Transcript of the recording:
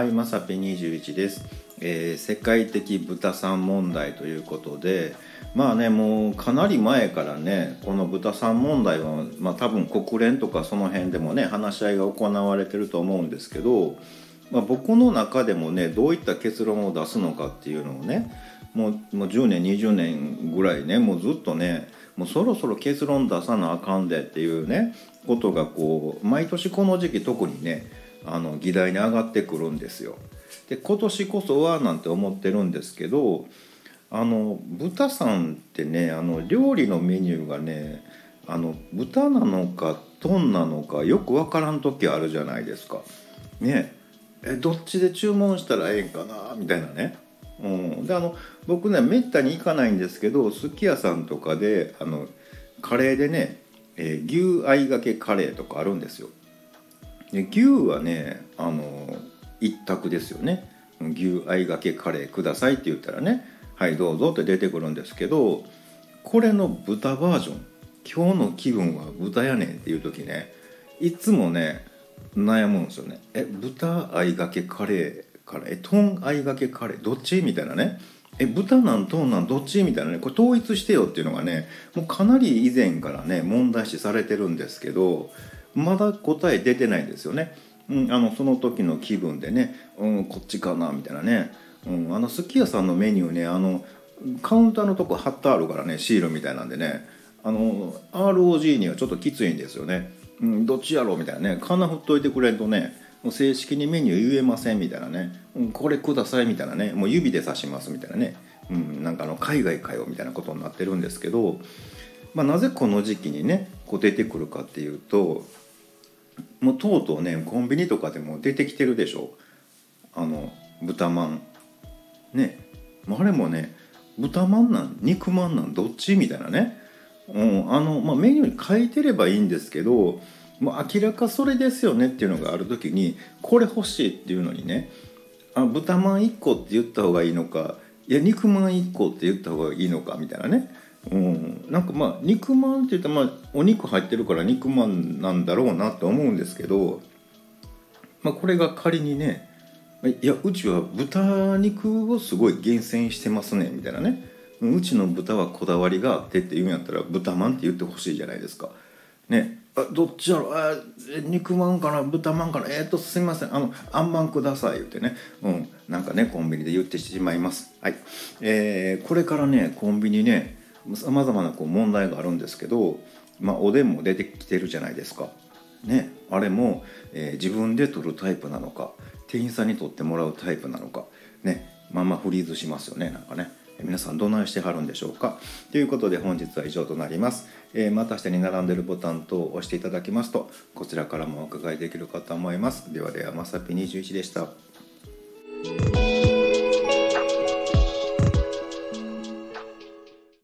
はい、まさぴ21です。世界的豚さん問題ということで、まあね、もうかなり前からね、この豚さん問題は、多分国連とかその辺でもね、話し合いが行われてると思うんですけど、僕の中でもね、どういった結論を出すのかっていうのをね、もう10年20年ぐらいね、もうずっとね、もうそろそろ結論出さなあかんでっていうねことがこう毎年この時期特にね議題に上がってくるんですよ。で今年こそはなんて思ってるんですけど、豚さんってね料理のメニューがね豚なのか豚なのかよくわからん時あるじゃないですか。ねどっちで注文したらええんかなみたいなね。で僕ねめったに行かないんですけど、すき家さんとかでカレーでね、牛あいがけカレーとかあるんですよ。で牛はね一択ですよね。牛あいがけカレーくださいって言ったらね、はいどうぞって出てくるんですけど、これの豚バージョン、今日の気分は豚やねんっていう時ね、いつもね悩むんですよね。豚あいがけカレーから豚あいがけカレーどっちみたいなね。豚なん豚なんどっちみたいなね、これ統一してよっていうのがねもうかなり以前からね問題視されてるんですけど、まだ答え出てないんですよね。その時の気分でね、こっちかなみたいなね。すき家さんのメニューねカウンターのとこ貼ってあるからね、シールみたいなんでね、ROG にはちょっときついんですよね。どっちやろうみたいなね、金振っといてくれんとねもう正式にメニュー言えませんみたいなね、これくださいみたいなね、もう指で指しますみたいなね、なんか海外かよみたいなことになってるんですけど、なぜこの時期にねこう出てくるかっていうと、もうとうとうねコンビニとかでも出てきてるでしょ、豚まんね。あれもね豚まんなん肉まんなんどっちみたいなね、メニューに書いてればいいんですけど、もう明らかそれですよねっていうのがある時にこれ欲しいっていうのにね、豚まん1個って言った方がいいのか、いや肉まん1個って言った方がいいのかみたいなね。なんか肉まんって言ったらお肉入ってるから肉まんなんだろうなって思うんですけど、これが仮にね、いやうちは豚肉をすごい厳選してますねみたいなね、うちの豚はこだわりがあってって言うんやったら豚まんって言ってほしいじゃないですかね。どっちやろ、肉まんかな豚まんかな、すみませんあんまんください言ってね、なんかねコンビニで言ってしまいます。はい、これからねコンビニねさまざまな問題があるんですけど、おでんも出てきてるじゃないですかね。あれも、自分で取るタイプなのか店員さんに取ってもらうタイプなのかね、フリーズしますよね。なんかね皆さんどないしてはるんでしょうかということで本日は以上となります。また下に並んでいるボタン等を押していただきますとこちらからもお伺いできるかと思います。ではではまさぴ21でした。